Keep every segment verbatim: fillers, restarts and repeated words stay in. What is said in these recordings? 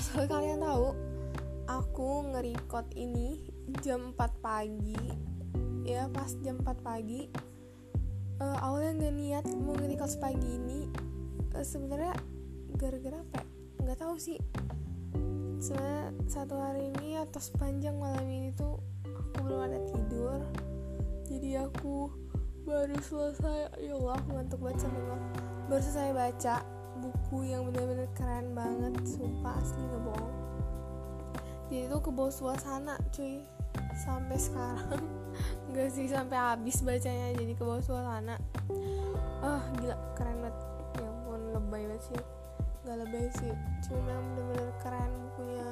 asal kalian tahu, aku nge-record ini jam empat pagi. Ya pas jam empat pagi, uh, awalnya gak niat mau nge-record pagi ini. uh, Sebenarnya gara-gara apa ya? Gak tahu sih. Sebenarnya satu hari ini atau sepanjang malam ini tuh aku belum ada tidur. Jadi aku baru selesai, ya Allah aku ngantuk banget sampai nggak. Baru selesai baca buku yang benar-benar keren banget, sumpah asli nggak bohong. Jadi itu kebawa suasana cuy sampai sekarang. Nggak sih sampai habis bacanya, jadi kebawa suasana. Ah gila keren banget. Ya ampun lebay banget sih. Nggak lebay sih, cuma memang benar-benar keren bukunya.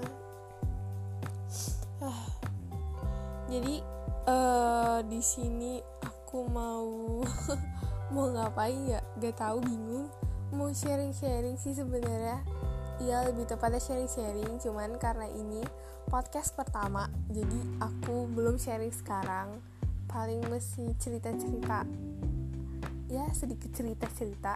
Ah jadi uh, di sini aku mau mau ngapain ya? Gak tahu, bingung. Mau sharing-sharing sih sebenarnya. Iya lebih tepatnya sharing-sharing. Cuman karena ini podcast pertama, jadi aku belum sharing sekarang. Paling mesti cerita-cerita. Ya sedikit cerita-cerita.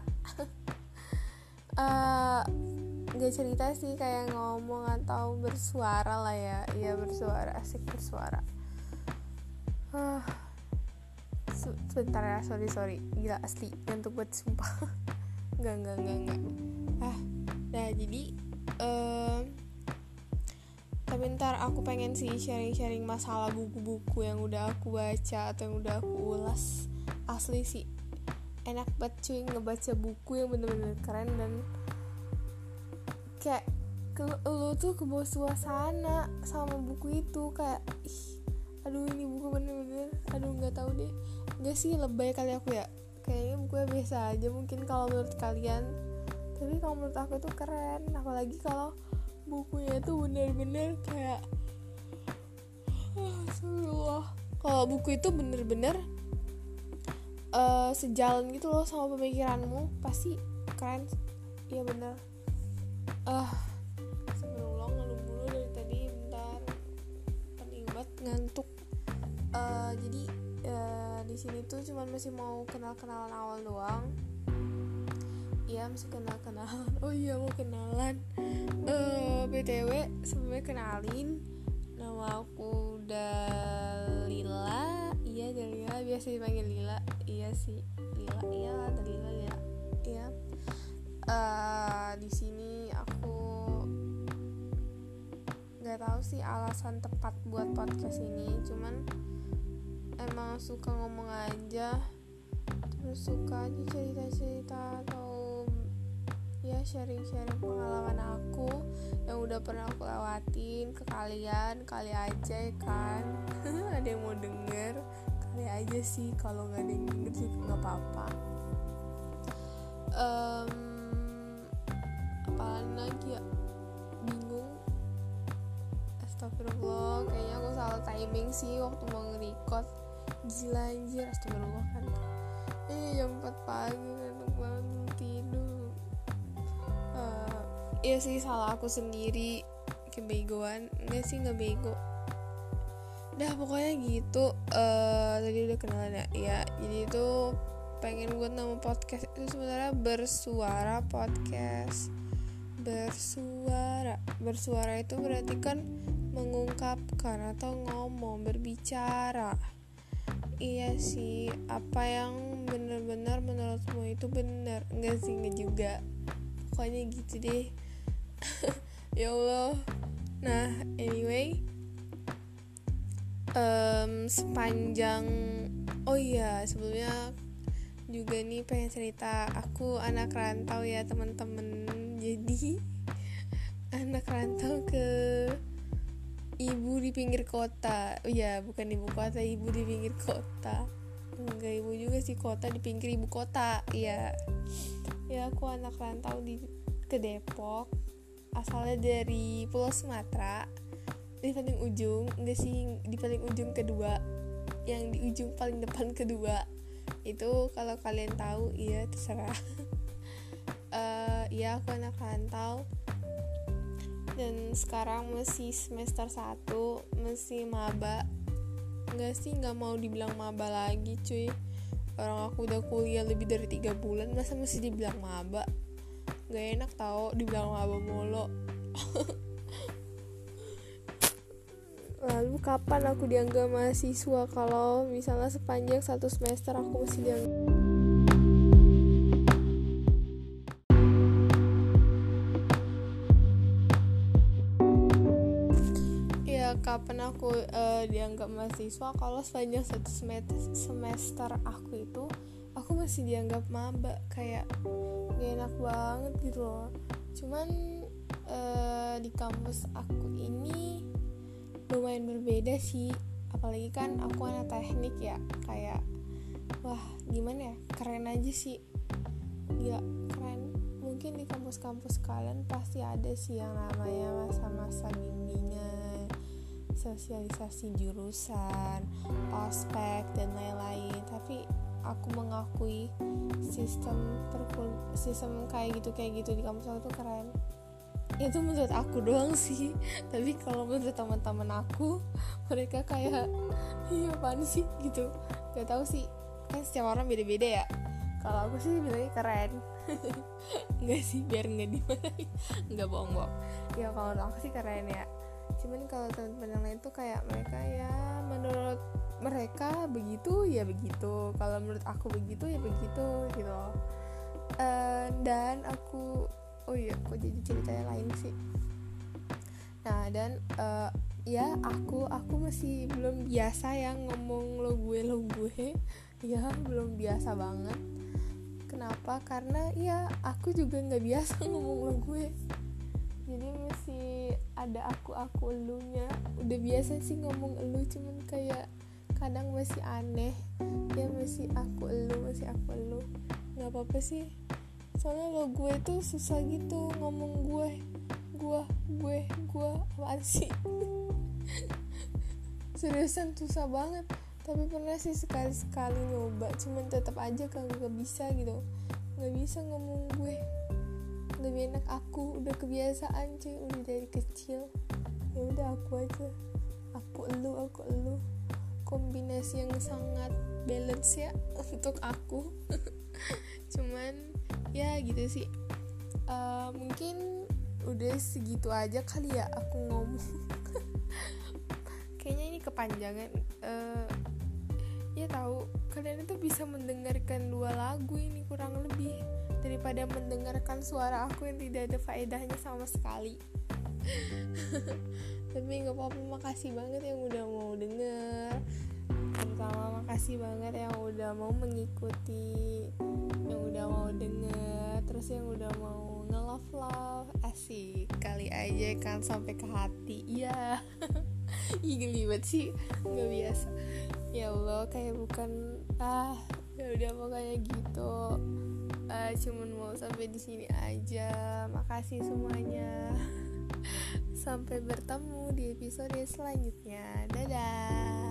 uh, Gak cerita sih, kayak ngomong atau bersuara lah ya. Iya bersuara, asik bersuara. Uh, Sebentar ya, sorry sorry gila asli ngantuk banget sumpah. Enggak enggak enggak enggak ah nah jadi um, tapi ntar aku pengen sih sharing-sharing masalah buku-buku yang udah aku baca atau yang udah aku ulas. Asli sih enak banget cuy ngebaca buku yang bener-bener keren, dan kayak ke, lo tuh kebawa suasana sama buku itu. Kayak ih aduh ini buku bener-bener aduh nggak tahu deh. Nggak sih lebay kali aku ya, kayaknya bukunya biasa aja mungkin kalau menurut kalian, tapi kalau menurut aku tuh keren. Apalagi kalau bukunya tuh bener-bener kayak Astagfirullah, kalau buku itu bener-bener uh, sejalan gitu loh sama pemikiranmu, pasti keren. Iya bener. Ah uh, Astagfirullah ngeluh mulu dari tadi, bentar pening banget ngantuk. Uh, jadi uh, di sini tuh cuman masih mau kenal-kenalan awal doang. Iya masih kenal-kenalan. Oh iya mau kenalan. Uh, B T W sebelumnya kenalin, nama aku Dalila. Iya Dalila, biasa dipanggil Lila. Iya sih Lila. Iya Dalila Lila. Iya. Uh, di sini aku nggak tahu sih alasan tepat buat podcast ini, cuman emang suka ngomong aja, terus suka aja cerita-cerita atau ya sharing-sharing pengalaman aku yang udah pernah aku lewatin ke kalian. Kali aja kan ada yang mau denger, kali aja sih. Kalau nggak ada yang denger juga nggak apa-apa. um, apaan lagi ya, bingung. Astagfirullah, kayaknya aku salah timing sih waktu mau nge-record. Gila anjir, astagfirullah kan. Eh jam empat pagi ngantuk banget tidur. Uh, iya sih salah aku sendiri, kebegoan. Enggak sih nggak bego. Dah pokoknya gitu. Uh, tadi udah kenalan ya. Iya, jadi itu pengen buat nama podcast itu sebenarnya Bersuara Podcast. Bersuara, bersuara itu berarti kan mengungkapkan atau ngomong, berbicara. Iya sih, apa yang benar-benar menurutmu itu benar? Enggak sih, enggak juga. Pokoknya gitu deh. Ya Allah. Nah, anyway, um, sepanjang oh iya sebelumnya juga nih pengen cerita, aku anak rantau ya teman-teman. Jadi anak rantau ke ibu di pinggir kota. Oh ya, bukan ibu kota, ibu di pinggir kota. Enggak ibu juga sih, kota di pinggir ibu kota. Iya. Ya aku anak rantau di ke Depok. Asalnya dari Pulau Sumatera. Di paling ujung, enggak sih di paling ujung kedua. Yang di ujung paling depan kedua. Itu kalau kalian tahu, iya terserah. uh, ya aku anak rantau. Dan sekarang masih semester satu, masih maba. Enggak sih, gak mau dibilang maba lagi cuy. Orang aku udah kuliah lebih dari tiga bulan, masa masih dibilang maba? Gak enak tau dibilang maba mulu. Lalu kapan aku dianggap mahasiswa kalau misalnya sepanjang satu semester aku masih dianggap. Ya kapan aku uh, dianggap mahasiswa kalau sepanjang satu semester semester aku itu aku masih dianggap maba, kayak gak enak banget gitu loh. Cuman uh, di kampus aku ini lumayan berbeda sih, apalagi kan aku anak teknik ya, kayak wah gimana ya, keren aja sih, gila keren. Mungkin di kampus-kampus kalian pasti ada sih yang namanya masa-masa bimbingan, sosialisasi jurusan, ospek dan lain-lain, tapi aku mengakui sistem perkul- sistem kayak gitu kayak gitu di kampus aku tuh keren. Itu menurut aku doang sih, tapi kalau menurut teman-teman aku, mereka kayak iya apaan sih gitu, gak tahu sih, kan setiap orang beda-beda ya. Kalau aku sih bilangnya keren. Enggak sih, biar nggak dimarahin, nggak bohong-bohong ya. Kalau aku sih keren ya. Cuman kalau teman-teman yang lain tuh kayak mereka ya menurut mereka begitu ya begitu, kalau menurut aku begitu ya begitu gitu loh. Uh, dan aku oh iya, kok jadi ceritanya lain sih. Nah dan uh, ya aku aku masih belum biasa ya ngomong lo gue lo gue, ya belum biasa banget. Kenapa? Karena ya aku juga nggak biasa ngomong lo gue, jadi masih ada aku aku elunya. Udah biasa sih ngomong elu, cuman kayak kadang masih aneh ya, masih aku elu masih aku elu. Nggak apa-apa sih, soalnya lo gue tuh susah gitu ngomong gue gue gue gue apaan sih. Seriusan susah banget. Tapi pernah sih sekali-sekali nyoba, cuman tetap aja kan gak bisa gitu, gak bisa ngomong gue. Lebih enak aku, udah kebiasaan cuy, udah dari kecil. Ya udah aku aja, aku elu aku elu, kombinasi yang sangat balance ya untuk aku. Cuman ya gitu sih. Uh, mungkin udah segitu aja kali ya aku ngomong. Kayaknya ini kepanjangan. Uh, ya tahu kalian itu bisa mendengarkan dua lagu ini kurang lebih daripada mendengarkan suara aku yang tidak ada faedahnya sama sekali. Tapi nggak apa-apa, makasih banget yang udah mau denger. Terutama makasih banget yang udah mau mengikuti, yang udah mau denger, terus yang udah mau nge-love love. Asik kali aja kan sampai ke hati. Iya. Ih geli banget sih, nggak biasa. Ya Allah, kayak bukan ah ya udah pokoknya gitu. Uh, cuman mau sampai di sini aja. Makasih semuanya. Sampai bertemu di episode selanjutnya. Dadah.